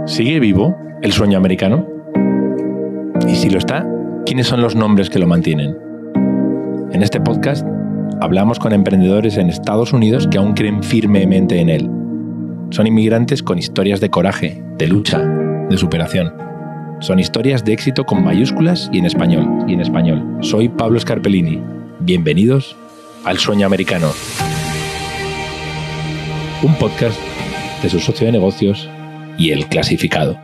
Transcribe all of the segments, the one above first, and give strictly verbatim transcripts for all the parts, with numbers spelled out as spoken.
¿Sigue vivo el sueño americano? Y si lo está, ¿quiénes son los nombres que lo mantienen? En este podcast hablamos con emprendedores en Estados Unidos que aún creen firmemente en él. Son inmigrantes con historias de coraje, de lucha, de superación. Son historias de éxito con mayúsculas y en español. Y en español. Soy Pablo Scarpellini. Bienvenidos al Sueño Americano. Un podcast de su socio de negocios y El Clasificado.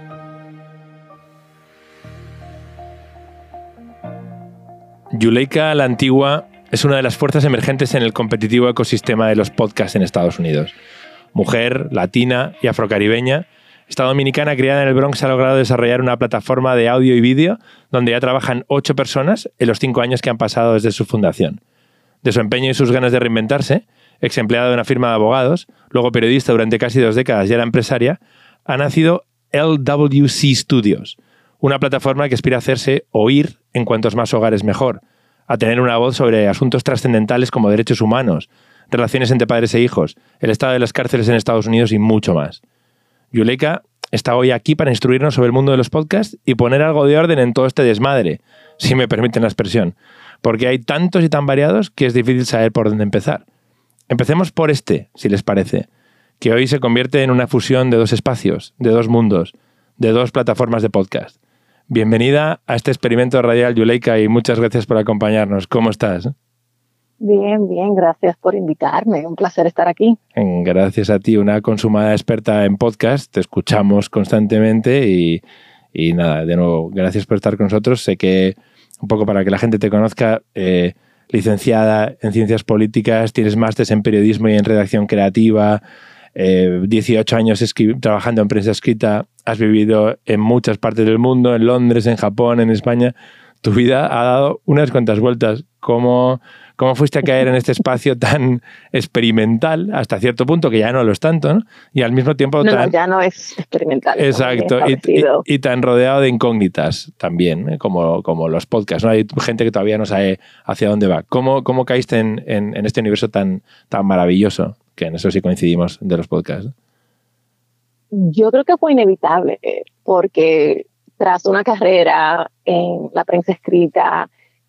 Yuleika la Antigua es una de las fuerzas emergentes en el competitivo ecosistema de los podcasts en Estados Unidos. Mujer, latina y afrocaribeña, esta dominicana criada en el Bronx ha logrado desarrollar una plataforma de audio y vídeo donde ya trabajan ocho personas en los cinco años que han pasado desde su fundación. De su empeño y sus ganas de reinventarse, ex empleada de una firma de abogados, luego periodista durante casi dos décadas y ahora empresaria, ha nacido L W C Studios, una plataforma que aspira a hacerse oír en cuantos más hogares mejor, a tener una voz sobre asuntos trascendentales como derechos humanos, relaciones entre padres e hijos, el estado de las cárceles en Estados Unidos y mucho más. Yuleika está hoy aquí para instruirnos sobre el mundo de los podcasts y poner algo de orden en todo este desmadre, si me permiten la expresión, porque hay tantos y tan variados que es difícil saber por dónde empezar. Empecemos por este, si les parece, que hoy se convierte en una fusión de dos espacios, de dos mundos, de dos plataformas de podcast. Bienvenida a este experimento radial, Yuleika, y muchas gracias por acompañarnos. ¿Cómo estás? Bien, bien, gracias por invitarme. Un placer estar aquí. Gracias a ti, una consumada experta en podcast. Te escuchamos constantemente y, y nada, de nuevo, gracias por estar con nosotros. Sé que, un poco para que la gente te conozca, eh, licenciada en Ciencias Políticas, tienes másteres en Periodismo y en Redacción Creativa, eh, dieciocho años escri- trabajando en prensa escrita, has vivido en muchas partes del mundo, en Londres, en Japón, en España. Tu vida ha dado unas cuantas vueltas. ¿Cómo, cómo fuiste a caer en este espacio tan experimental hasta cierto punto, que ya no lo es tanto, ¿no? Y al mismo tiempo no, tan... No, ya no es experimental. Exacto, y, y, y tan rodeado de incógnitas también, ¿eh? como, como los podcasts, ¿no? Hay gente que todavía no sabe hacia dónde va. ¿Cómo, cómo caíste en, en, en este universo tan, tan maravilloso, que en eso sí coincidimos, de los podcasts? Yo creo que fue inevitable, porque tras una carrera en la prensa escrita,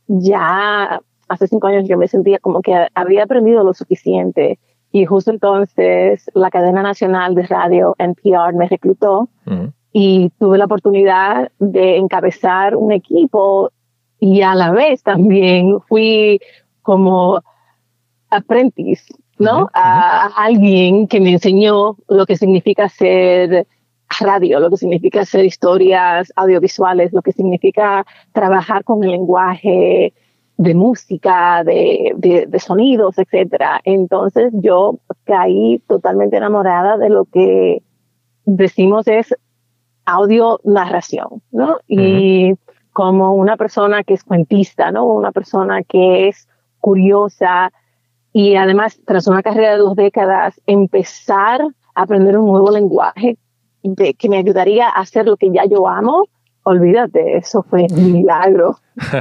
ya hace cinco años yo me sentía como que había aprendido lo suficiente. Y justo entonces la cadena nacional de radio N P R me reclutó uh-huh. y tuve la oportunidad de encabezar un equipo y a la vez también fui como aprendiz, ¿no? Uh-huh. A, a alguien que me enseñó lo que significa hacer radio, lo que significa hacer historias audiovisuales, lo que significa trabajar con el lenguaje de música, de, de, de sonidos, etcétera. Entonces yo caí totalmente enamorada de lo que decimos es audio narración, ¿no? Uh-huh. Y como una persona que es cuentista, ¿no? Una persona que es curiosa y además tras una carrera de dos décadas empezar a aprender un nuevo lenguaje de, que me ayudaría a hacer lo que ya yo amo. Olvídate, eso fue un milagro.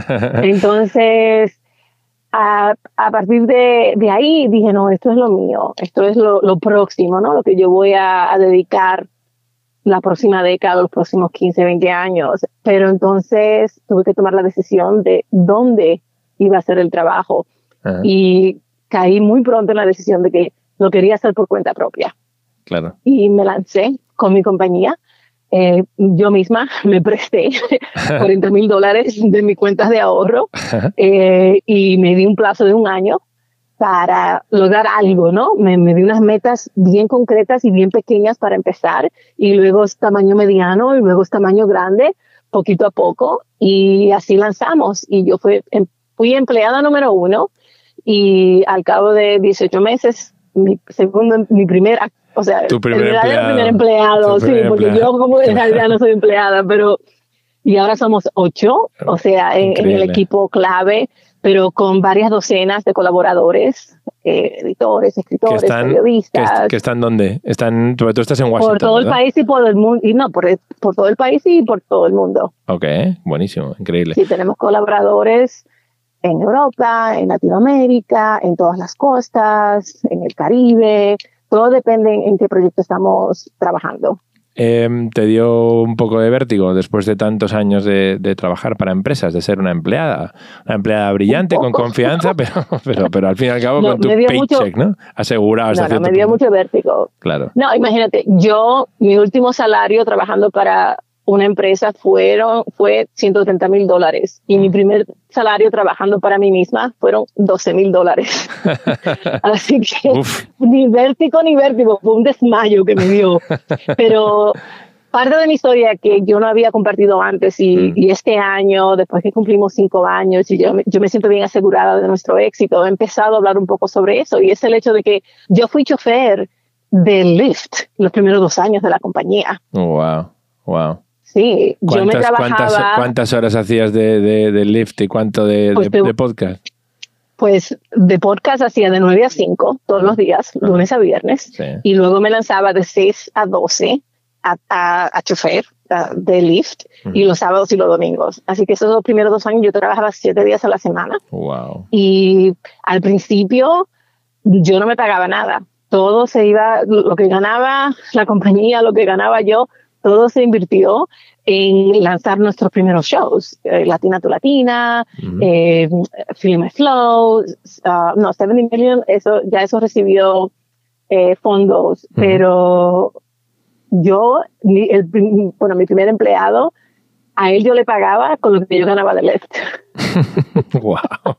Entonces, a, a partir de, de ahí dije, no, esto es lo mío, esto es lo, lo próximo, ¿no? Lo que yo voy a, a dedicar la próxima década, los próximos quince, veinte años. Pero entonces tuve que tomar la decisión de dónde iba a ser el trabajo. Uh-huh. Y caí muy pronto en la decisión de que lo quería hacer por cuenta propia. Claro. Y me lancé con mi compañía. Eh, yo misma me presté cuarenta mil dólares de mis cuentas de ahorro eh, y me di un plazo de un año para lograr algo, ¿no? Me, me di unas metas bien concretas y bien pequeñas para empezar y luego es tamaño mediano y luego es tamaño grande, poquito a poco, y así lanzamos. Y yo fui, fui empleada número uno y al cabo de dieciocho meses, mi segundo, mi primer O sea, tu primer el empleado, primer empleado sí, primer porque empleado. Yo como en realidad no soy empleada, pero y ahora somos ocho, o sea, en, en el equipo clave, pero con varias docenas de colaboradores, eh, editores, escritores, que están, periodistas. Que, que están dónde? Están, tú estás en Washington, por todo ¿verdad? el país y por el mundo, y no, por, por todo el país y por todo el mundo. Ok, buenísimo, increíble. Sí, tenemos colaboradores en Europa, en Latinoamérica, en todas las costas, en el Caribe. Todo depende en qué proyecto estamos trabajando. eh, te dio un poco de vértigo después de tantos años de, de trabajar para empresas, de ser una empleada, una empleada brillante, con confianza, pero, pero, pero al fin y al cabo no, con tu paycheck, mucho, ¿no? Asegurado. No, no, me dio punto. mucho vértigo. Claro. No, imagínate, yo, mi último salario trabajando para una empresa fueron, fue ciento treinta mil dólares y mi primer salario trabajando para mí misma fueron doce mil dólares. Así que Uf. ni vértigo ni vértigo, fue un desmayo que me dio. Pero parte de mi historia que yo no había compartido antes y, mm. y este año, después que cumplimos cinco años y yo, yo me siento bien asegurada de nuestro éxito, he empezado a hablar un poco sobre eso y es el hecho de que yo fui chofer de Lyft los primeros dos años de la compañía. Oh, wow, wow. Sí, yo me trabajaba... ¿cuántas, ¿Cuántas horas hacías de, de, de Lyft y cuánto de, pues de, de podcast? Pues de podcast hacía de nueve a cinco todos los días, ah, lunes a viernes, sí. Y luego me lanzaba de seis a doce a, a, a chofer a, de Lyft, uh-huh. y los sábados y los domingos. Así que esos dos primeros dos años yo trabajaba siete días a la semana. Wow. Y al principio yo no me pagaba nada. Todo se iba, lo que ganaba la compañía, lo que ganaba yo, todo se invirtió en lanzar nuestros primeros shows, eh, Latina to Latina, uh-huh. eh, Feel My Flow, uh, no, setenta million, eso, ya eso recibió eh, fondos, uh-huh. pero yo, mi, el, bueno, mi primer empleado, a él yo le pagaba con lo que yo ganaba de Lyft. Wow.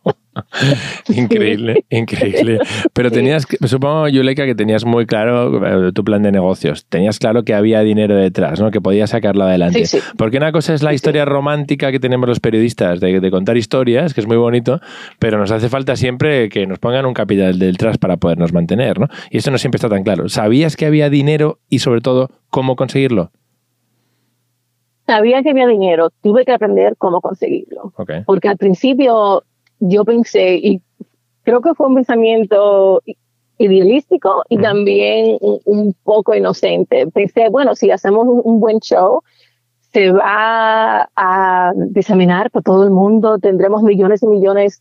Increíble, sí. increíble. Pero tenías, supongo, Yuleika, que tenías muy claro tu plan de negocios. Tenías claro que había dinero detrás, ¿no? Que podías sacarlo adelante. Sí, sí. Porque una cosa es la historia romántica que tenemos los periodistas de, de contar historias, que es muy bonito, pero nos hace falta siempre que nos pongan un capital detrás para podernos mantener, ¿no? Y eso no siempre está tan claro. ¿Sabías que había dinero y, sobre todo, cómo conseguirlo? Sabía que había dinero, tuve que aprender cómo conseguirlo. Okay. Porque al principio yo pensé, y creo que fue un pensamiento idealístico y uh-huh. también un, un poco inocente. Pensé, bueno, si hacemos un, un buen show, se va a diseminar por todo el mundo, tendremos millones y millones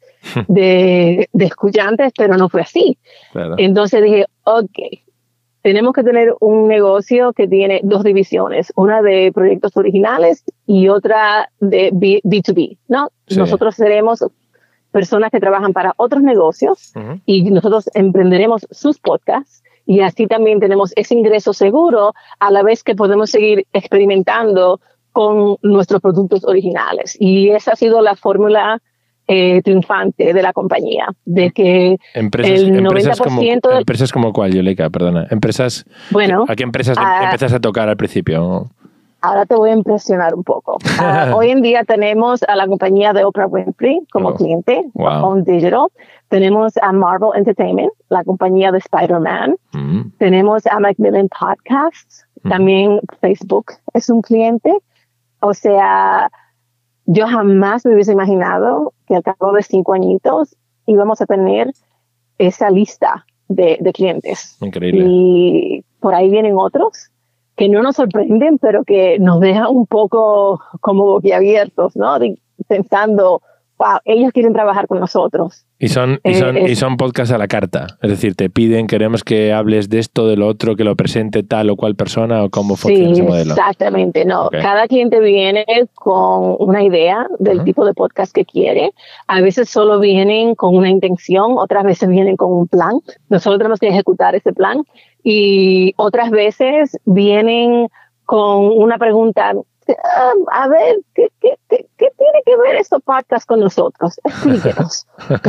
de, de escuchantes, pero no fue así. Claro. Entonces dije, ok, tenemos que tener un negocio que tiene dos divisiones, una de proyectos originales y otra de B dos B, ¿no? Sí. Nosotros seremos personas que trabajan para otros negocios uh-huh. y nosotros emprenderemos sus podcasts y así también tenemos ese ingreso seguro a la vez que podemos seguir experimentando con nuestros productos originales. Y esa ha sido la fórmula Eh, triunfante de la compañía, de que empresas, el noventa por ciento... Empresas como, empresas como cuál, Yuleika, perdona. Empresas, bueno, ¿a qué empresas a, empiezas a tocar al principio? Ahora te voy a impresionar un poco. Uh, hoy en día tenemos a la compañía de Oprah Winfrey como oh, cliente, wow. On Digital. Tenemos a Marvel Entertainment, la compañía de Spider-Man. Mm. Tenemos a Macmillan Podcasts. Mm. También Facebook es un cliente. O sea, yo jamás me hubiese imaginado que al cabo de cinco añitos íbamos a tener esa lista de, de clientes. Increíble. Y por ahí vienen otros que no nos sorprenden, pero que nos dejan un poco como boquiabiertos, ¿no? De, pensando, wow, ellos quieren trabajar con nosotros. Y son, y son, eh, y son podcasts a la carta. Es decir, te piden, queremos que hables de esto, de lo otro, que lo presente tal o cual persona, o cómo funciona sí, ese modelo. Exactamente, no. Okay. Cada cliente viene con una idea del uh-huh. tipo de podcast que quiere. A veces solo vienen con una intención, otras veces vienen con un plan. Nosotros tenemos que ejecutar ese plan. Y otras veces vienen con una pregunta, um, a ver, ¿qué, qué, qué, ¿qué tiene que ver estos podcasts con nosotros? Explíquenos.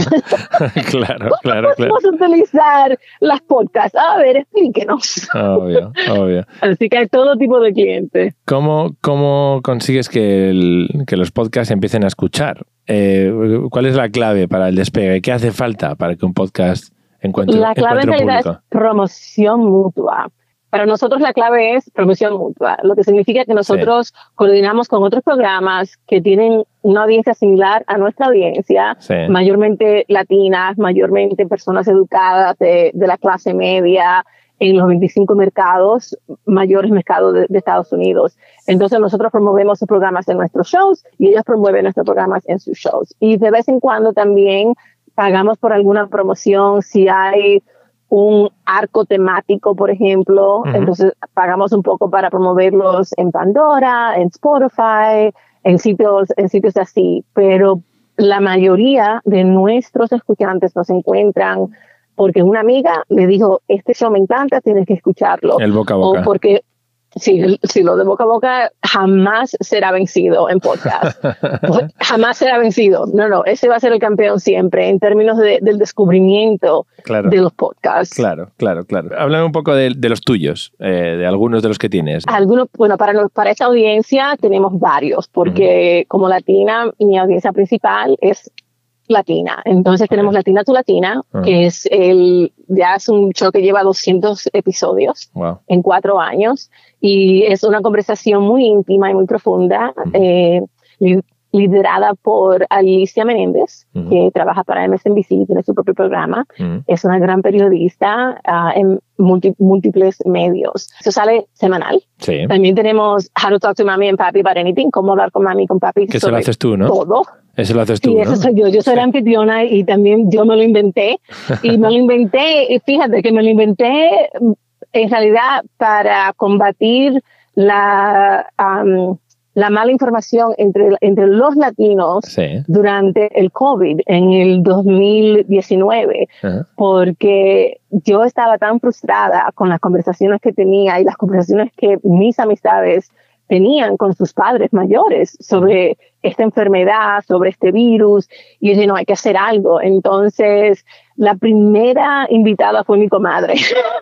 Claro, ¿Cómo claro, podemos claro. utilizar las podcasts? A ver, explíquenos. Obvio, obvio. Así que hay todo tipo de clientes. ¿Cómo, cómo consigues que, el, que los podcasts empiecen a escuchar? Eh, ¿Cuál es la clave para el despegue? ¿Qué hace falta para que un podcast encuentre, la clave encuentre en realidad público? Es promoción mutua. Para nosotros la clave es promoción mutua, lo que significa que nosotros sí. coordinamos con otros programas que tienen una audiencia similar a nuestra audiencia, sí. mayormente latinas, mayormente personas educadas de, de la clase media, en los veinticinco mercados, mayores mercados de, de Estados Unidos. Entonces nosotros promovemos sus programas en nuestros shows y ellos promueven nuestros programas en sus shows. Y de vez en cuando también pagamos por alguna promoción si hay un arco temático, por ejemplo. Uh-huh. Entonces pagamos un poco para promoverlos en Pandora, en Spotify, en sitios, en sitios así. Pero la mayoría de nuestros escuchantes nos encuentran porque una amiga le dijo, este show me encanta, tienes que escucharlo. El boca a boca. O porque Sí, sí, lo de boca a boca jamás será vencido en podcast. Jamás será vencido. No, no, ese va a ser el campeón siempre en términos de, del descubrimiento claro. de los podcasts. Claro, claro, claro. Háblame un poco de, de los tuyos, eh, de algunos de los que tienes. Algunos, bueno, para, para esta audiencia tenemos varios, porque uh-huh. como latina, mi audiencia principal es latina. Entonces okay. tenemos Latina tu Latina, uh-huh. que es el, ya es un show que lleva doscientos episodios wow. en cuatro años y es una conversación muy íntima y muy profunda, uh-huh. eh, li- liderada por Alicia Menéndez, uh-huh. que trabaja para M S N B C, tiene su propio programa. Uh-huh. Es una gran periodista uh, en multi- múltiples medios. Eso sale semanal. Sí. También tenemos How to Talk to Mommy and Papi About Anything, cómo hablar con mami y con papi. Que eso lo haces tú, ¿no? Todo. Eso lo haces tú, sí, ¿no? eso soy yo. Yo soy sí. la anfitriona y también yo me lo inventé. Y me lo inventé, y fíjate que me lo inventé en realidad para combatir la, um, la mala información entre, entre los latinos sí. durante el COVID en el dos mil diecinueve. Uh-huh. Porque yo estaba tan frustrada con las conversaciones que tenía y las conversaciones que mis amistades tenían con sus padres mayores sobre esta enfermedad, sobre este virus, y yo dije, no, hay que hacer algo. Entonces, la primera invitada fue mi comadre.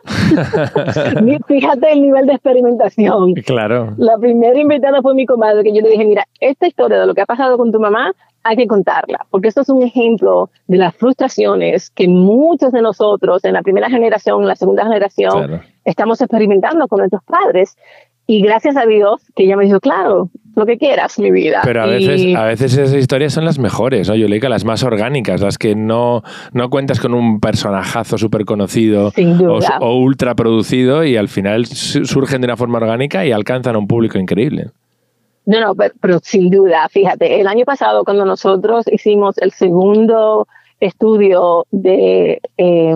Fíjate el nivel de experimentación. Claro. La primera invitada fue mi comadre, que yo le dije, mira, esta historia de lo que ha pasado con tu mamá, hay que contarla, porque esto es un ejemplo de las frustraciones que muchos de nosotros, en la primera generación, en la segunda generación, claro. estamos experimentando con nuestros padres. Y gracias a Dios que ella me dijo, claro, lo que quieras, mi vida. Pero a, y... veces, a veces esas historias son las mejores, ¿no, Yuleika? Las más orgánicas, las que no, no cuentas con un personajazo súper conocido o, o ultra producido y al final surgen de una forma orgánica y alcanzan a un público increíble. No, no, pero, pero sin duda, fíjate, el año pasado cuando nosotros hicimos el segundo estudio de... Eh,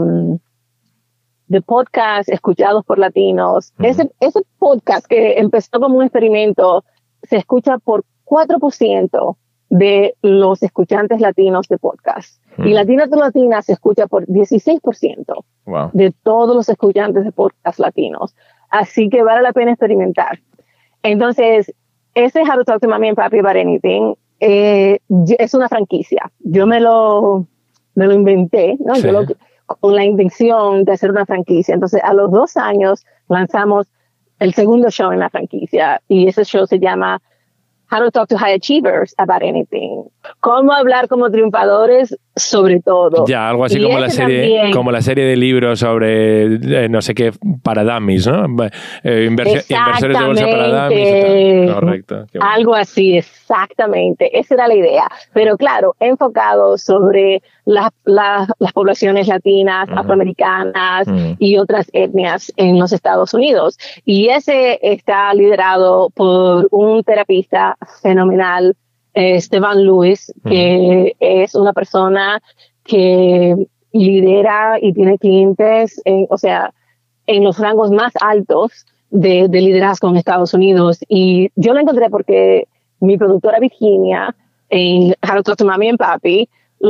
de podcast escuchados por latinos. Uh-huh. Ese, ese podcast que empezó como un experimento se escucha por cuatro por ciento de los escuchantes latinos de podcast. Uh-huh. Y Latina tu Latina se escucha por dieciséis por ciento wow. de todos los escuchantes de podcast latinos. Así que vale la pena experimentar. Entonces, ese How to Talk to Mommy and Papi About Anything eh, es una franquicia. Yo me lo, me lo inventé, ¿no? Sí. Yo lo, con la intención de hacer una franquicia. Entonces, a los dos años lanzamos el segundo show en la franquicia y ese show se llama How to Talk to High Achievers About Anything. Cómo hablar como triunfadores sobre todo. Ya, algo así como la, serie, como la serie de libros sobre eh, no sé qué para dummies, ¿no? Eh, inversi- inversores de bolsa para dummies y tal. Correcto. Bueno. Algo así, exactamente. Esa era la idea. Pero claro, enfocado sobre la, la, las poblaciones latinas, uh-huh. afroamericanas uh-huh. y otras etnias en los Estados Unidos. Y ese está liderado por un terapista fenomenal, eh, Stefan Lewis, que uh-huh. es una persona que lidera y tiene clientes, en, o sea, en los rangos más altos de, de liderazgo en Estados Unidos. Y yo lo encontré porque mi productora Virginia, en How to Talk to Mommy and Papi,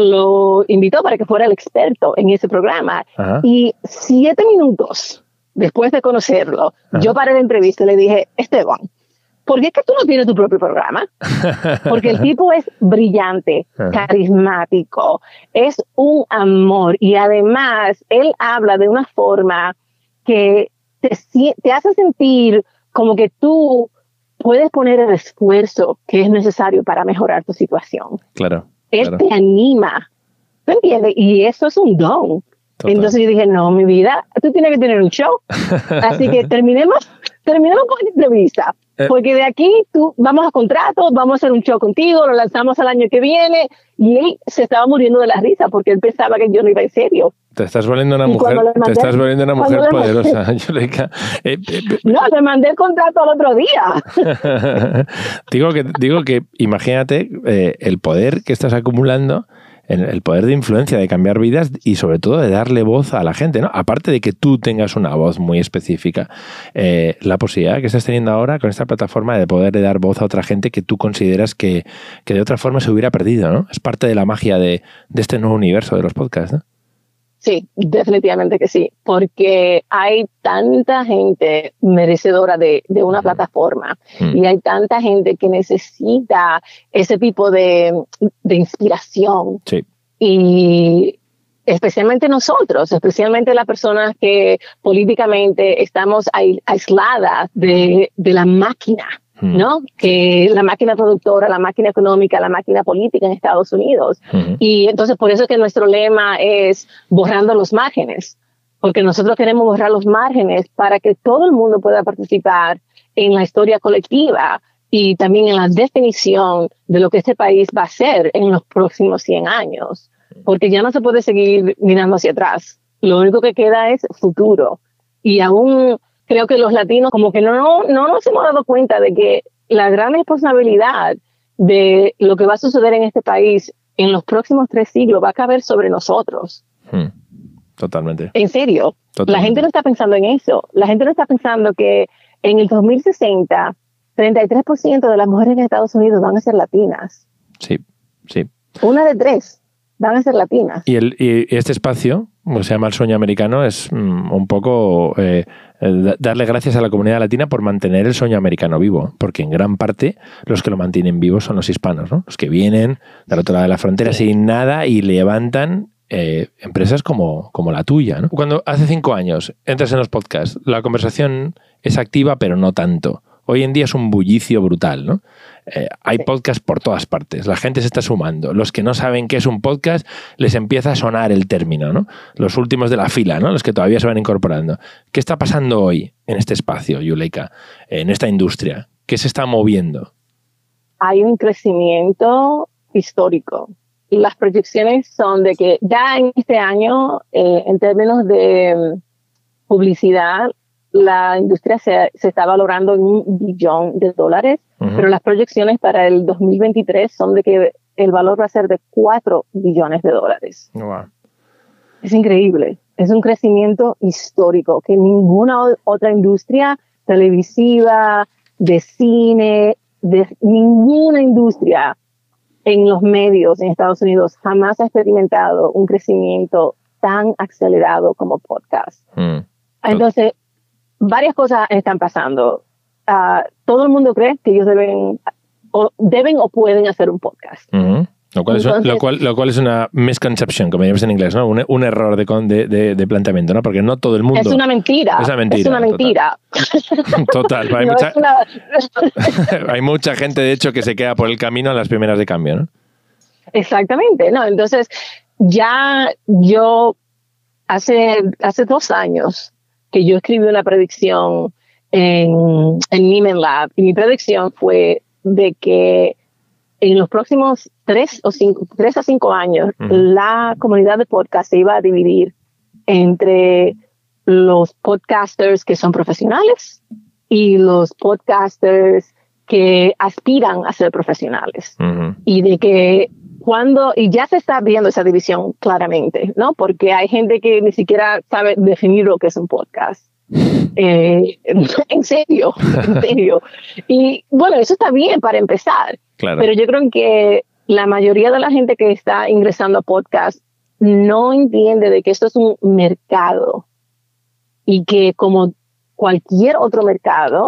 lo invitó para que fuera el experto en ese programa. Uh-huh. Y siete minutos después de conocerlo, uh-huh. yo paré la entrevista y le dije, Esteban, ¿por qué es que tú no tienes tu propio programa? Porque el tipo es brillante, uh-huh. carismático, es un amor y además él habla de una forma que te, te hace sentir como que tú puedes poner el esfuerzo que es necesario para mejorar tu situación. Claro. Él claro. te anima, ¿tú entiendes? Y eso es un don. Total. Entonces yo dije, no, mi vida, tú tienes que tener un show. Así que terminemos, terminemos con la entrevista. Porque de aquí tú vamos a contrato, vamos a hacer un show contigo, lo lanzamos al año que viene. Y él se estaba muriendo de la risa porque él pensaba que yo no iba en serio. Te estás volviendo una y mujer, mandé, te estás volviendo una mujer poderosa, Yuleika. Eh, eh, no, te mandé el contrato al otro día. digo que, digo que imagínate eh, el poder que estás acumulando el, el poder de influencia, de cambiar vidas y sobre todo de darle voz a la gente, ¿no? Aparte de que tú tengas una voz muy específica, eh, la posibilidad que estás teniendo ahora con esta plataforma de poder dar voz a otra gente que tú consideras que, que de otra forma se hubiera perdido, ¿no? Es parte de la magia de, de este nuevo universo de los podcasts, ¿no? Sí, definitivamente que sí, porque hay tanta gente merecedora de, de una mm. plataforma mm. y hay tanta gente que necesita ese tipo de, de inspiración. Sí. Y especialmente nosotros, especialmente las personas que políticamente estamos aisladas de, de la máquina, ¿no? Que la máquina productora, la máquina económica, la máquina política en Estados Unidos. Uh-huh. Y entonces por eso es que nuestro lema es borrando los márgenes, porque nosotros queremos borrar los márgenes para que todo el mundo pueda participar en la historia colectiva y también en la definición de lo que este país va a ser en los próximos cien años, porque ya no se puede seguir mirando hacia atrás. Lo único que queda es futuro. Y aún creo que los latinos como que no, no, no nos hemos dado cuenta de que la gran responsabilidad de lo que va a suceder en este país en los próximos tres siglos va a caber sobre nosotros. Hmm. Totalmente. En serio. Totalmente. La gente no está pensando en eso. La gente no está pensando que en el dos mil sesenta, treinta y tres por ciento de las mujeres en Estados Unidos van a ser latinas. Sí, sí. Una de tres van a ser latinas. Y, el, y este espacio, como se llama el sueño americano, es mm, un poco eh, darle gracias a la comunidad latina por mantener el sueño americano vivo, porque en gran parte los que lo mantienen vivo son los hispanos, ¿no? Los que vienen del otro lado de la frontera sí. sin nada y levantan eh, empresas como, como la tuya, ¿no? Cuando hace cinco años entras en los podcasts, la conversación es activa, pero no tanto. Hoy en día es un bullicio brutal, ¿no? Eh, hay sí. podcasts por todas partes, la gente se está sumando. Los que no saben qué es un podcast, les empieza a sonar el término, ¿no? Los últimos de la fila, ¿no? Los que todavía se van incorporando. ¿Qué está pasando hoy en este espacio, Yuleika, en esta industria? ¿Qué se está moviendo? Hay un crecimiento histórico. Y las proyecciones son de que ya en este año, eh, en términos de publicidad, la industria se, se está valorando en un billón de dólares, uh-huh. pero las proyecciones para el dos mil veintitrés son de que el valor va a ser de cuatro billones de dólares. Wow. Es increíble. Es un crecimiento histórico que ninguna o- otra industria televisiva, de cine, de ninguna industria en los medios en Estados Unidos jamás ha experimentado un crecimiento tan acelerado como podcast. Mm. Entonces, varias cosas están pasando. Uh, todo el mundo cree que ellos deben o, deben o pueden hacer un podcast. Uh-huh. Lo, cual Entonces, es, lo, cual, lo cual es una misconception, como diríamos en inglés, ¿no? Un, un error de, de, de, de planteamiento, ¿no? Porque no todo el mundo... Es una mentira. Es una mentira. Es una mentira. Total. Total. Hay, no mucha, una... hay mucha gente, de hecho, que se queda por el camino en las primeras de cambio, ¿no? Exactamente. No, entonces, ya yo hace, hace dos años que yo escribí una predicción en, en Nieman Lab, y mi predicción fue de que en los próximos tres o cinco, tres a cinco años, uh-huh. la comunidad de podcast se iba a dividir entre los podcasters que son profesionales y los podcasters que aspiran a ser profesionales. Uh-huh. Y de que cuando, y ya se está viendo esa división claramente, ¿no? Porque hay gente que ni siquiera sabe definir lo que es un podcast. Eh, en serio, en serio. Y bueno, eso está bien para empezar. Claro. Pero yo creo que la mayoría de la gente que está ingresando a podcast no entiende de que esto es un mercado y que como cualquier otro mercado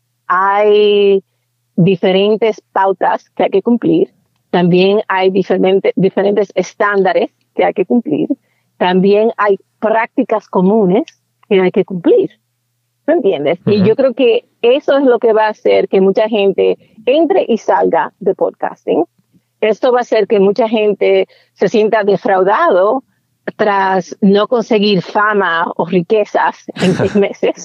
hay diferentes pautas que hay que cumplir. También hay diferente, diferentes estándares que hay que cumplir. También hay prácticas comunes que hay que cumplir. ¿Me entiendes? Uh-huh. Y yo creo que eso es lo que va a hacer que mucha gente entre y salga de podcasting. Esto va a hacer que mucha gente se sienta defraudado tras no conseguir fama o riquezas en seis meses.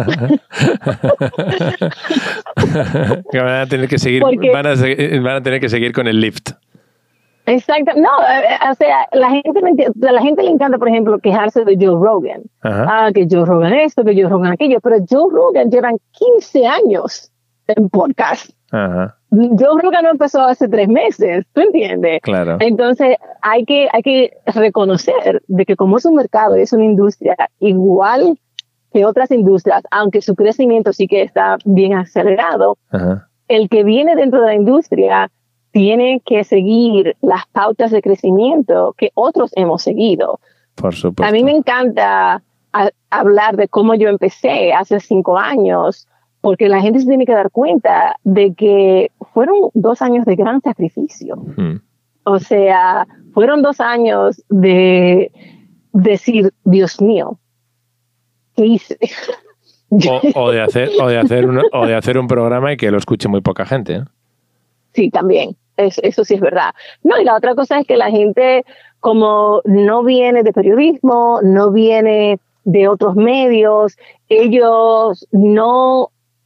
van a tener que seguir, Porque, van, a, van a tener que seguir con el lift. Exacto. No, o sea, la gente, a la gente le encanta, por ejemplo, quejarse de Joe Rogan. Uh-huh. Ah, que Joe Rogan esto, que Joe Rogan aquello. Pero Joe Rogan llevan quince años en podcast. Ajá. Joe Rogan no empezó hace tres meses, ¿tú entiendes? Claro. Entonces hay que, hay que reconocer de que como es un mercado y es una industria igual que otras industrias, aunque su crecimiento sí que está bien acelerado, Ajá. el que viene dentro de la industria tiene que seguir las pautas de crecimiento que otros hemos seguido. Por supuesto. A mí me encanta a, hablar de cómo yo empecé hace cinco años, porque la gente se tiene que dar cuenta de que fueron dos años de gran sacrificio. Mm. O sea, fueron dos años de decir, Dios mío, ¿qué hice? O, o, de hacer, o, de hacer un, o de hacer un programa y que lo escuche muy poca gente, ¿eh? Sí, también. Es, eso sí es verdad. No, y la otra cosa es que la gente, como no viene de periodismo, no viene de otros medios, ellos no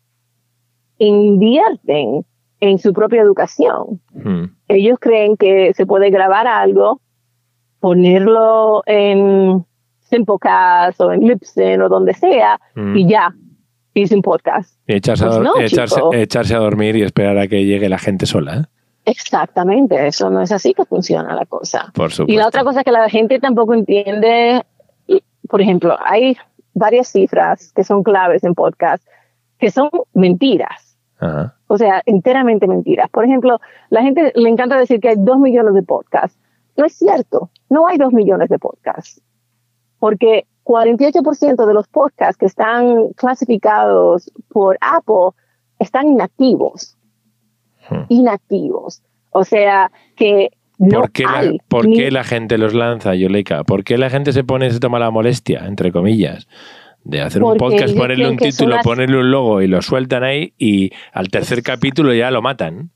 invierten en su propia educación. Hmm. Ellos creen que se puede grabar algo, ponerlo en Simplecast o en Libsyn o donde sea, hmm. y ya, hice un podcast. Y echarse, pues a, no, echarse, echarse a dormir y esperar a que llegue la gente sola, ¿eh? Exactamente, eso no es así que funciona la cosa. Por supuesto. Y la otra cosa es que la gente tampoco entiende, por ejemplo, hay varias cifras que son claves en podcast, que son mentiras. Ajá. O sea, enteramente mentiras. Por ejemplo, la gente le encanta decir que hay dos millones de podcasts. No es cierto, no hay dos millones de podcasts. Porque cuarenta y ocho por ciento de los podcasts que están clasificados por Apple están inactivos. Hmm. Inactivos. O sea, que no ¿Por qué, hay la, ¿por ni... qué la gente los lanza, Yuleika? ¿Por qué la gente se pone, se toma la molestia, entre comillas, de hacer Porque un podcast, ponerle un título, las... ponerle un logo y lo sueltan ahí y al tercer capítulo ya lo matan?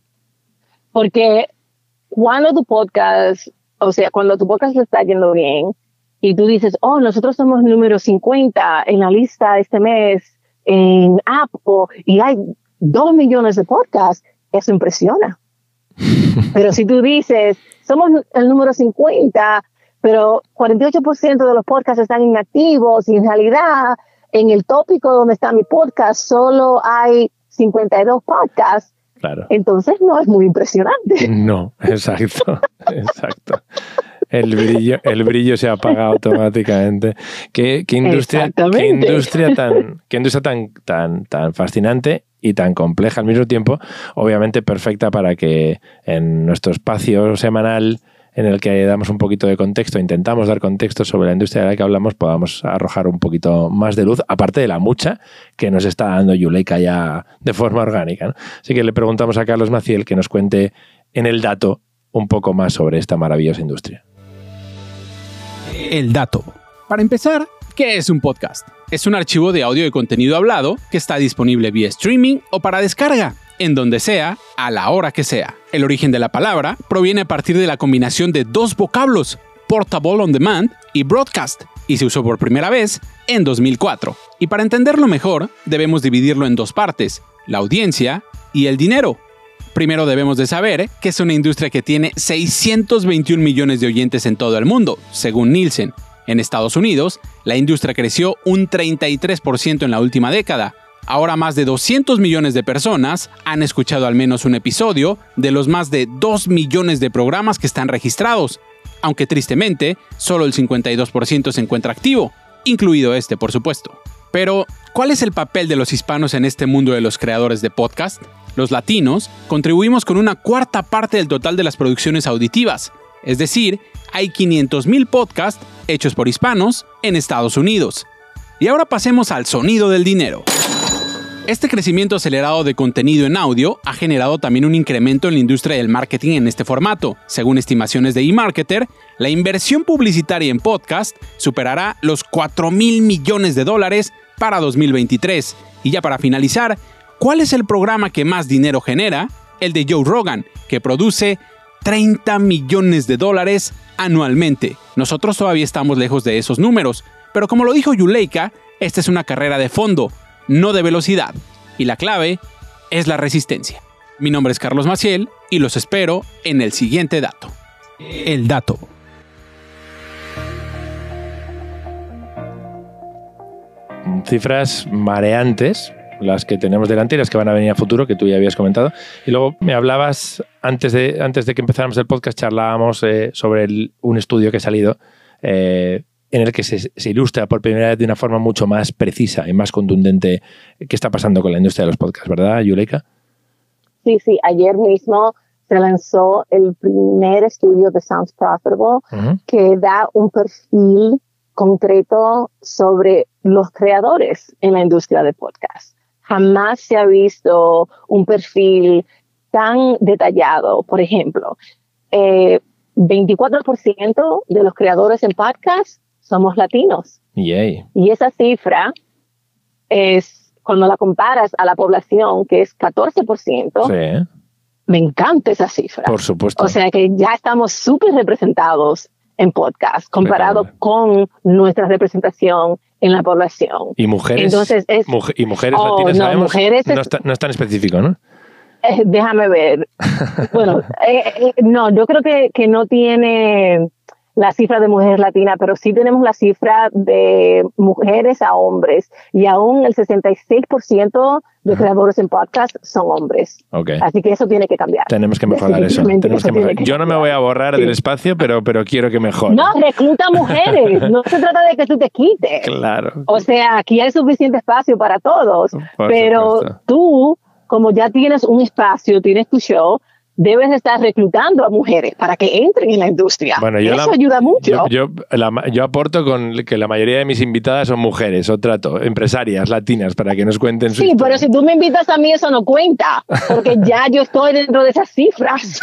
Porque cuando tu podcast, o sea, cuando tu podcast le está yendo bien y tú dices, oh, nosotros somos número cincuenta en la lista este mes en Apple y hay dos millones de podcasts, eso impresiona. Pero si tú dices, somos el número cincuenta, pero cuarenta y ocho por ciento de los podcasts están inactivos y en realidad en el tópico donde está mi podcast solo hay cincuenta y dos podcasts, claro. Entonces no es muy impresionante. No, exacto, exacto. El brillo, el brillo se apaga automáticamente. ¿Qué, qué industria, qué industria tan, qué industria tan, tan, tan fascinante y tan compleja al mismo tiempo, obviamente perfecta para que en nuestro espacio semanal en el que damos un poquito de contexto, intentamos dar contexto sobre la industria de la que hablamos, podamos arrojar un poquito más de luz, aparte de la mucha que nos está dando Yuleika ya de forma orgánica, ¿no? Así que le preguntamos a Carlos Maciel que nos cuente en el dato un poco más sobre esta maravillosa industria. El dato. Para empezar, ¿qué es un podcast? Es un archivo de audio y contenido hablado que está disponible vía streaming o para descarga, en donde sea, a la hora que sea. El origen de la palabra proviene a partir de la combinación de dos vocablos, Portable on Demand y Broadcast, y se usó por primera vez en dos mil cuatro. Y para entenderlo mejor, debemos dividirlo en dos partes, la audiencia y el dinero. Primero debemos de saber que es una industria que tiene seiscientos veintiún millones de oyentes en todo el mundo, según Nielsen. En Estados Unidos, la industria creció un treinta y tres por ciento en la última década. Ahora más de doscientos millones de personas han escuchado al menos un episodio de los más de dos millones de programas que están registrados, aunque tristemente, solo el cincuenta y dos por ciento se encuentra activo, incluido este, por supuesto. Pero, ¿cuál es el papel de los hispanos en este mundo de los creadores de podcast? Los latinos contribuimos con una cuarta parte del total de las producciones auditivas, es decir, hay quinientos mil podcasts hechos por hispanos en Estados Unidos. Y ahora pasemos al sonido del dinero. Este crecimiento acelerado de contenido en audio ha generado también un incremento en la industria del marketing en este formato. Según estimaciones de eMarketer, la inversión publicitaria en podcast superará los cuatro mil millones de dólares para dos mil veintitrés. Y ya para finalizar, ¿cuál es el programa que más dinero genera? El de Joe Rogan, que produce treinta millones de dólares anualmente. Nosotros todavía estamos lejos de esos números, pero como lo dijo Yuleika, esta es una carrera de fondo, no de velocidad, y la clave es la resistencia. Mi nombre es Carlos Maciel y los espero en el siguiente dato. El dato. Cifras mareantes las que tenemos delante y las que van a venir a futuro, que tú ya habías comentado. Y luego me hablabas, antes de, antes de que empezáramos el podcast, charlábamos eh, sobre el, un estudio que ha salido eh, en el que se, se ilustra por primera vez de una forma mucho más precisa y más contundente qué está pasando con la industria de los podcasts, ¿verdad, Yuleika? Sí, sí, ayer mismo se lanzó el primer estudio de Sounds Profitable uh-huh. que da un perfil concreto sobre los creadores en la industria de podcast. Jamás se ha visto un perfil tan detallado. Por ejemplo, eh, veinticuatro por ciento de los creadores en podcast somos latinos. Yay. Y esa cifra es, cuando la comparas a la población, que es catorce por ciento, sí. Me encanta esa cifra. Por supuesto. O sea que ya estamos súper representados en podcast comparado con nuestra representación en la población. Y mujeres, Entonces es, muj- y mujeres oh, latinas, no, sabemos, mujeres no, es, está, no es tan específico, ¿no? Eh, déjame ver. Bueno, eh, eh, no, yo creo que, que no tiene la cifra de mujeres latinas, pero sí tenemos la cifra de mujeres a hombres, y aún el sesenta y seis por ciento de creadores en podcast son hombres. Okay. Así que eso tiene que cambiar. Tenemos que mejorar eso. Tenemos que mejorar. Que Yo no me voy a borrar sí. del espacio, pero, pero quiero que mejore. No, recluta mujeres. No se trata de que tú te quites. Claro. O sea, aquí hay suficiente espacio para todos. Por pero supuesto. Tú, como ya tienes un espacio, tienes tu show, debes estar reclutando a mujeres para que entren en la industria. Bueno, yo Eso la, ayuda mucho. Yo, yo, la, yo aporto con que la mayoría de mis invitadas son mujeres, o trato, empresarias latinas, para que nos cuenten su Sí, historia. pero si tú me invitas a mí, eso no cuenta, porque ya yo estoy dentro de esas cifras.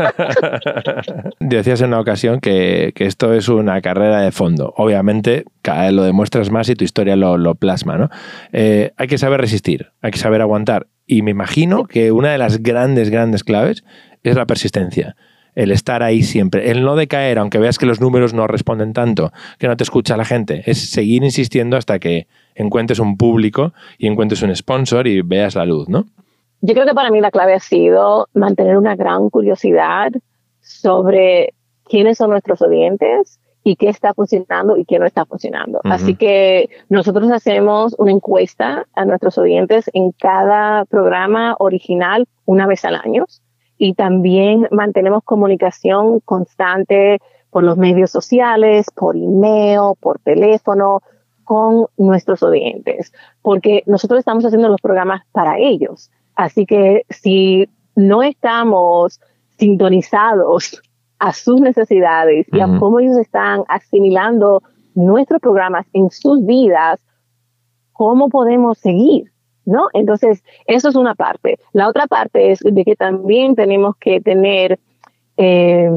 Decías en una ocasión que, que esto es una carrera de fondo. Obviamente, cada vez lo demuestras más y tu historia lo, lo plasma, ¿no? Eh, hay que saber resistir, hay que saber aguantar. Y me imagino que una de las grandes, grandes claves es la persistencia. El estar ahí siempre. El no decaer, aunque veas que los números no responden tanto, que no te escucha la gente. Es seguir insistiendo hasta que encuentres un público y encuentres un sponsor y veas la luz, ¿no? Yo creo que para mí la clave ha sido mantener una gran curiosidad sobre quiénes son nuestros oyentes y qué está funcionando y qué no está funcionando. Uh-huh. Así que nosotros hacemos una encuesta a nuestros oyentes en cada programa original una vez al año, y también mantenemos comunicación constante por los medios sociales, por email, por teléfono, con nuestros oyentes, porque nosotros estamos haciendo los programas para ellos. Así que si no estamos sintonizados a sus necesidades uh-huh. y a cómo ellos están asimilando nuestros programas en sus vidas, ¿cómo podemos seguir? ¿No? Entonces, eso es una parte. La otra parte es de que también tenemos que tener eh,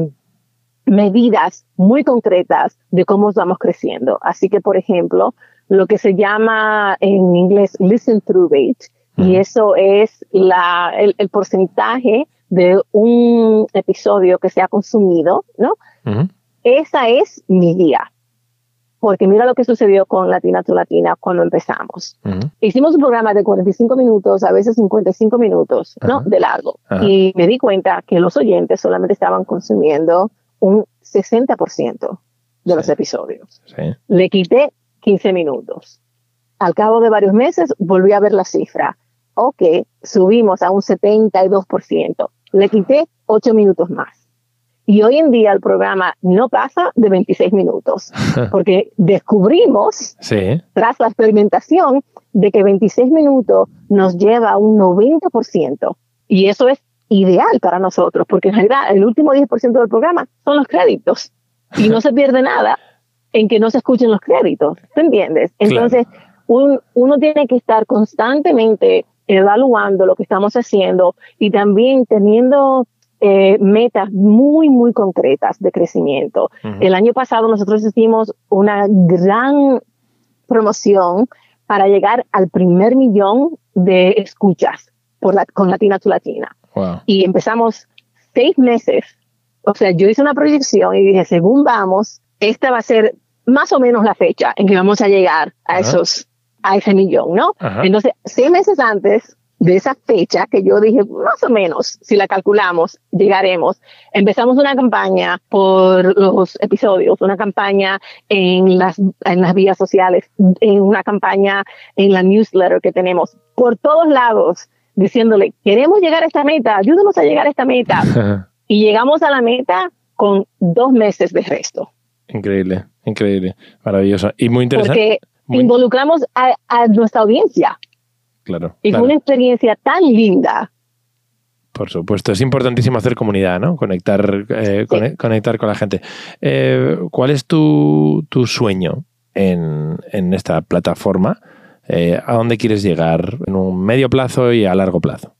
medidas muy concretas de cómo vamos creciendo. Así que, por ejemplo, lo que se llama en inglés listen through rate, uh-huh. y eso es la, el, el porcentaje de un episodio que se ha consumido, ¿no? Uh-huh. Esa es mi guía. Porque mira lo que sucedió con Latina to Latina cuando empezamos. Uh-huh. Hicimos un programa de cuarenta y cinco minutos, a veces cincuenta y cinco minutos, uh-huh. ¿no? De largo. Uh-huh. Y me di cuenta que los oyentes solamente estaban consumiendo un sesenta por ciento de sí. los episodios. Sí. Le quité quince minutos. Al cabo de varios meses volví a ver la cifra. Ok, subimos a un setenta y dos por ciento. Le quité ocho minutos más. Y hoy en día el programa no pasa de veintiséis minutos, porque descubrimos, sí. tras la experimentación, de que veintiséis minutos nos lleva a un noventa por ciento. Y eso es ideal para nosotros, porque en realidad el último diez por ciento del programa son los créditos. Y no se pierde nada en que no se escuchen los créditos. ¿Te entiendes? Entonces, claro. un, uno tiene que estar constantemente evaluando lo que estamos haciendo y también teniendo Eh, metas muy, muy concretas de crecimiento. Uh-huh. El año pasado nosotros hicimos una gran promoción para llegar al primer millón de escuchas por la, con Latina to Latina. Wow. Y empezamos seis meses. O sea, yo hice una proyección y dije, según vamos, esta va a ser más o menos la fecha en que vamos a llegar a, uh-huh. esos, a ese millón, ¿no? Uh-huh. Entonces, seis meses antes de esa fecha que yo dije, más o menos, si la calculamos, llegaremos. Empezamos una campaña por los episodios, una campaña en las, en las vías sociales, en una campaña en la newsletter que tenemos, por todos lados, diciéndole, queremos llegar a esta meta, ayúdanos a llegar a esta meta. Y llegamos a la meta con dos meses de resto. Increíble, increíble, maravilloso. Y muy interesante. Porque muy... involucramos a, a nuestra audiencia. Claro. Y claro. fue una experiencia tan linda. Por supuesto, es importantísimo hacer comunidad, ¿no? Conectar, eh, sí. con, conectar con la gente. Eh, ¿Cuál es tu, tu sueño en, en esta plataforma? Eh, ¿A dónde quieres llegar en un medio plazo y a largo plazo?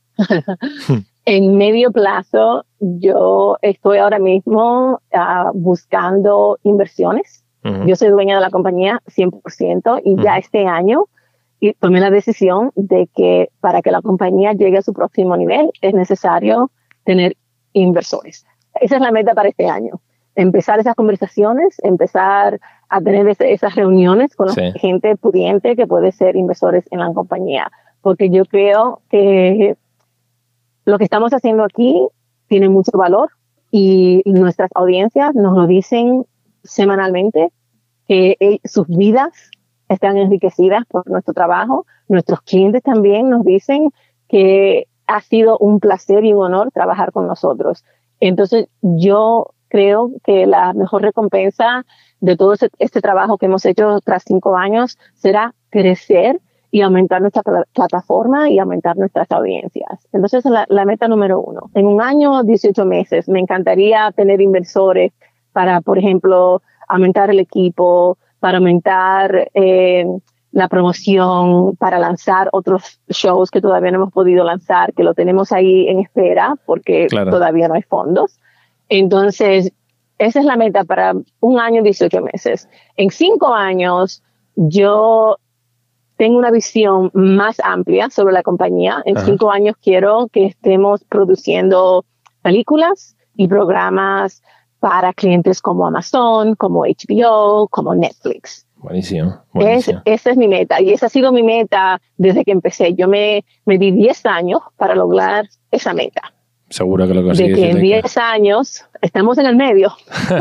En medio plazo, yo estoy ahora mismo uh, buscando inversiones. Uh-huh. Yo soy dueña de la compañía cien por ciento y uh-huh. ya este año y tomé la decisión de que para que la compañía llegue a su próximo nivel es necesario tener inversores. Esa es la meta para este año. Empezar esas conversaciones, empezar a tener ese, esas reuniones con sí. la gente pudiente que puede ser inversores en la compañía. Porque yo creo que lo que estamos haciendo aquí tiene mucho valor y nuestras audiencias nos lo dicen semanalmente, que eh, sus vidas están enriquecidas por nuestro trabajo. Nuestros clientes también nos dicen que ha sido un placer y un honor trabajar con nosotros. Entonces, yo creo que la mejor recompensa de todo este, este trabajo que hemos hecho tras cinco años será crecer y aumentar nuestra pl- plataforma y aumentar nuestras audiencias. Entonces, la, la meta número uno. En un año, dieciocho meses, me encantaría tener inversores para, por ejemplo, aumentar el equipo, para aumentar eh, la promoción, para lanzar otros shows que todavía no hemos podido lanzar, que lo tenemos ahí en espera porque claro. todavía no hay fondos. Entonces, esa es la meta para un año, dieciocho meses. En cinco años, yo tengo una visión más amplia sobre la compañía. En Ajá. cinco años quiero que estemos produciendo películas y programas para clientes como Amazon, como H B O, como Netflix. Buenísimo. buenísimo. Es, esa es mi meta y esa ha sido mi meta desde que empecé. Yo me, me di diez años para lograr esa meta. Seguro que lo consigues. De que en diez años estamos en el medio.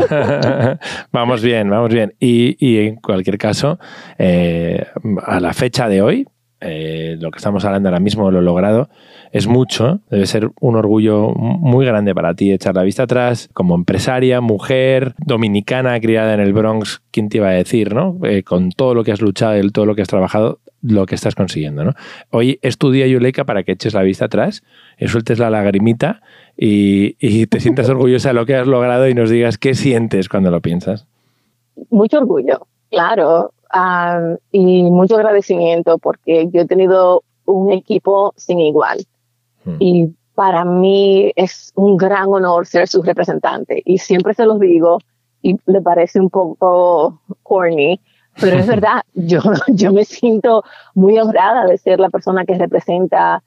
Vamos bien, vamos bien. Y, y en cualquier caso, eh, a la fecha de hoy, eh, lo que estamos hablando ahora mismo, lo logrado, es mucho. Debe ser un orgullo muy grande para ti echar la vista atrás como empresaria, mujer, dominicana, criada en el Bronx. ¿Quién te iba a decir, no? Eh, con todo lo que has luchado y todo lo que has trabajado, lo que estás consiguiendo, ¿no? Hoy es tu día, Yuleika, para que eches la vista atrás, y sueltes la lagrimita y, y te sientas orgullosa de lo que has logrado y nos digas qué sientes cuando lo piensas. Mucho orgullo, claro, um, y mucho agradecimiento porque yo he tenido un equipo sin igual. Hmm. Y para mí es un gran honor ser su representante. Y siempre se los digo, y le parece un poco corny, pero es verdad, yo, yo me siento muy honrada de ser la persona que representa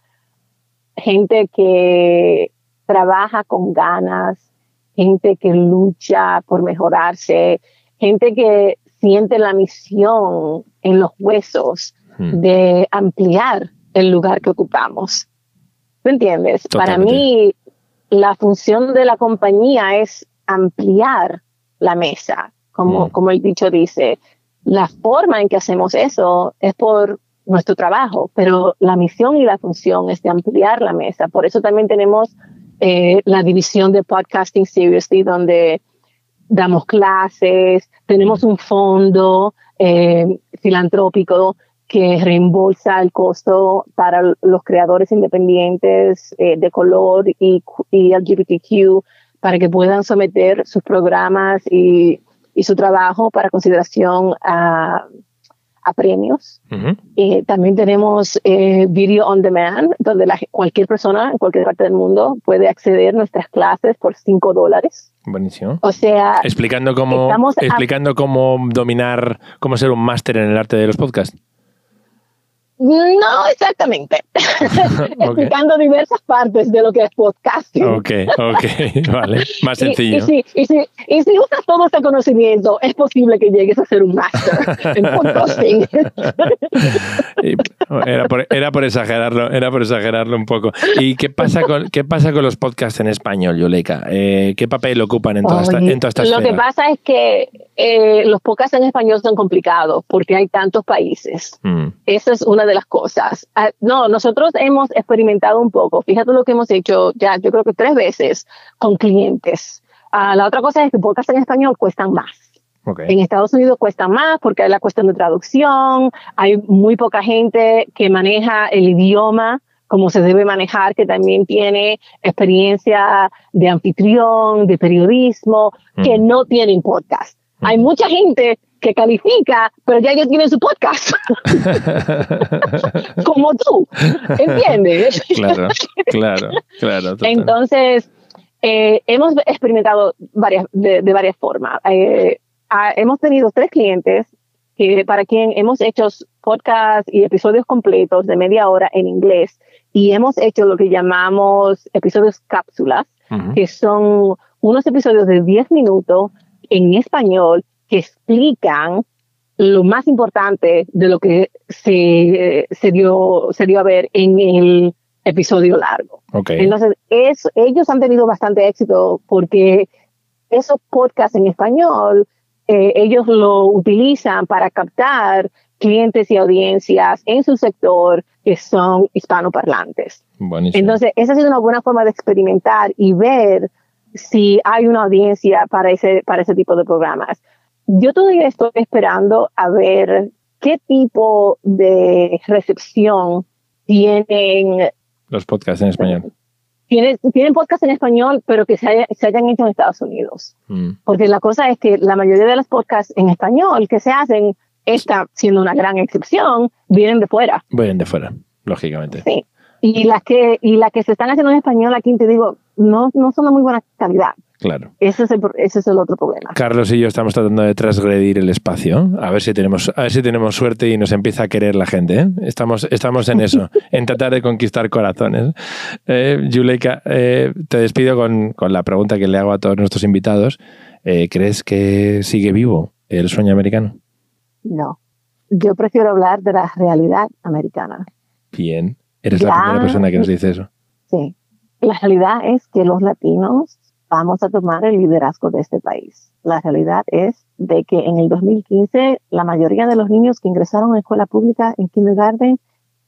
gente que trabaja con ganas, gente que lucha por mejorarse, gente que siente la misión en los huesos hmm. de ampliar el lugar que ocupamos. ¿Tú entiendes? Totalmente. Para mí, la función de la compañía es ampliar la mesa, como, mm. como el dicho dice. La forma en que hacemos eso es por nuestro trabajo, pero la misión y la función es de ampliar la mesa. Por eso también tenemos eh, la división de Podcasting Seriously, donde damos clases, tenemos un fondo eh, filantrópico que reembolsa el costo para los creadores independientes eh, de color y, y L G B T Q para que puedan someter sus programas y, y su trabajo para consideración a, a premios. Uh-huh. Eh, también tenemos eh, Video on Demand, donde la, cualquier persona en cualquier parte del mundo puede acceder a nuestras clases por cinco dólares. Buenísimo. O sea, explicando cómo, explicando a... cómo dominar, cómo ser un máster en el arte de los podcasts. No exactamente. Explicando okay. diversas partes de lo que es podcasting. Ok, ok, vale. Más sencillo. Y, y, si, y, si, y si usas todo este conocimiento, es posible que llegues a hacer un máster en podcasting. Era por, era por exagerarlo, era por exagerarlo un poco. ¿Y qué pasa con, qué pasa con los podcasts en español, Yuleika? Eh, ¿Qué papel ocupan en toda esta, en toda esta Lo esfera? que pasa es que eh, los podcasts en español son complicados porque hay tantos países. Mm. Esa es una de las cosas. Uh, no, nosotros hemos experimentado un poco. Fíjate lo que hemos hecho ya, yo creo que tres veces con clientes. Uh, la otra cosa es que podcasts en español cuestan más. Okay. En Estados Unidos cuesta más porque hay la cuestión de traducción, hay muy poca gente que maneja el idioma como se debe manejar, que también tiene experiencia de anfitrión, de periodismo, mm. que no tienen podcast. Mm. Hay mucha gente que califica, pero ya ellos tienen su podcast. Como tú, ¿entiendes? Claro, claro, claro. Total. Entonces, eh, hemos experimentado varias, de, de varias formas. Eh, Ah, hemos tenido tres clientes que para quien hemos hecho podcasts y episodios completos de media hora en inglés y hemos hecho lo que llamamos episodios cápsulas, uh-huh. que son unos episodios de diez minutos en español que explican lo más importante de lo que se, se, dio, se dio a ver en el episodio largo. Okay. Entonces, es, ellos han tenido bastante éxito porque esos podcasts en español Eh, ellos lo utilizan para captar clientes y audiencias en su sector que son hispanoparlantes. Buenísimo. Entonces, esa ha sido una buena forma de experimentar y ver si hay una audiencia para ese, para ese tipo de programas. Yo todavía estoy esperando a ver qué tipo de recepción tienen los podcasts en español. Tienen, tienen podcast en español, pero que se, haya, se hayan hecho en Estados Unidos. Mm. Porque la cosa es que la mayoría de los podcasts en español que se hacen, esta siendo una gran excepción, vienen de fuera. Vienen de fuera, lógicamente. Sí. Y las que, y las que se están haciendo en español aquí, te digo, no, no son de muy buena calidad. Claro. Ese es, el, ese es el otro problema. Carlos y yo estamos tratando de transgredir el espacio. A ver si tenemos, a ver si tenemos suerte y nos empieza a querer la gente. ¿eh? Estamos, estamos en eso, en tratar de conquistar corazones. Eh, Yuleika, eh, te despido con, con la pregunta que le hago a todos nuestros invitados. Eh, ¿Crees que sigue vivo el sueño americano? No. Yo prefiero hablar de la realidad americana. Bien. Eres ya, la primera persona que nos dice eso. Sí. La realidad es que los latinos vamos a tomar el liderazgo de este país. La realidad es de que en el dos mil quince la mayoría de los niños que ingresaron a escuela pública en kindergarten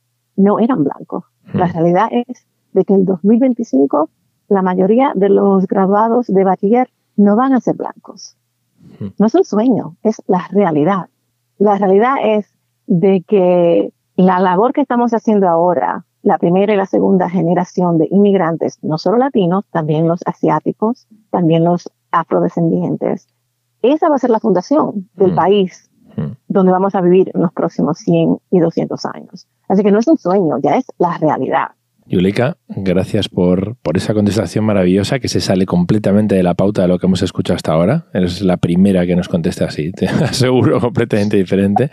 no eran blancos. Hmm. La realidad es de que en el dos mil veinticinco la mayoría de los graduados de bachiller no van a ser blancos. Hmm. No es un sueño, es la realidad. La realidad es de que la labor que estamos haciendo ahora, la primera y la segunda generación de inmigrantes, no solo latinos, también los asiáticos, también los afrodescendientes. Esa va a ser la fundación del mm. país mm. donde vamos a vivir en los próximos cien y doscientos años. Así que no es un sueño, ya es la realidad. Yuleika, gracias por, por esa contestación maravillosa que se sale completamente de la pauta de lo que hemos escuchado hasta ahora. Eres la primera que nos conteste así, te aseguro, completamente diferente.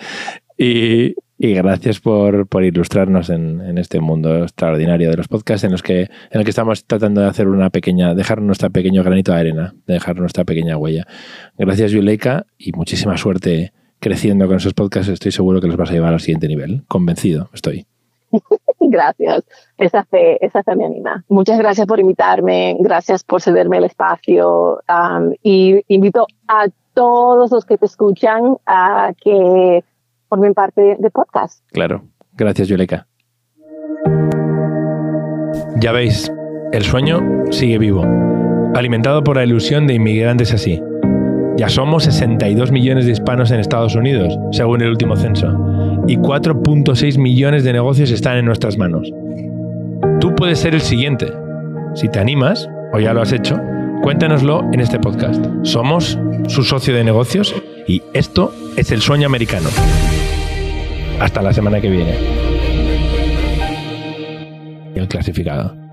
Y... Y gracias por, por ilustrarnos en, en este mundo extraordinario de los podcasts en los que, en el que estamos tratando de hacer una pequeña, dejar nuestro pequeño granito de arena, de dejar nuestra pequeña huella. Gracias, Yuleika, y muchísima suerte creciendo con esos podcasts. Estoy seguro que los vas a llevar al siguiente nivel. Convencido estoy. Gracias. Esa fe, esa fe me anima. Muchas gracias por invitarme. Gracias por cederme el espacio. Um, y invito a todos los que te escuchan a que formen parte de podcast. Claro. Gracias, Yuleika. Ya veis, el sueño sigue vivo, alimentado por la ilusión de inmigrantes así. Ya somos sesenta y dos millones de hispanos en Estados Unidos, según el último censo, y cuatro punto seis millones de negocios están en nuestras manos. Tú puedes ser el siguiente. Si te animas, o ya lo has hecho, cuéntanoslo en este podcast. Somos su socio de negocios y esto es El Sueño Americano. Hasta la semana que viene. El clasificado.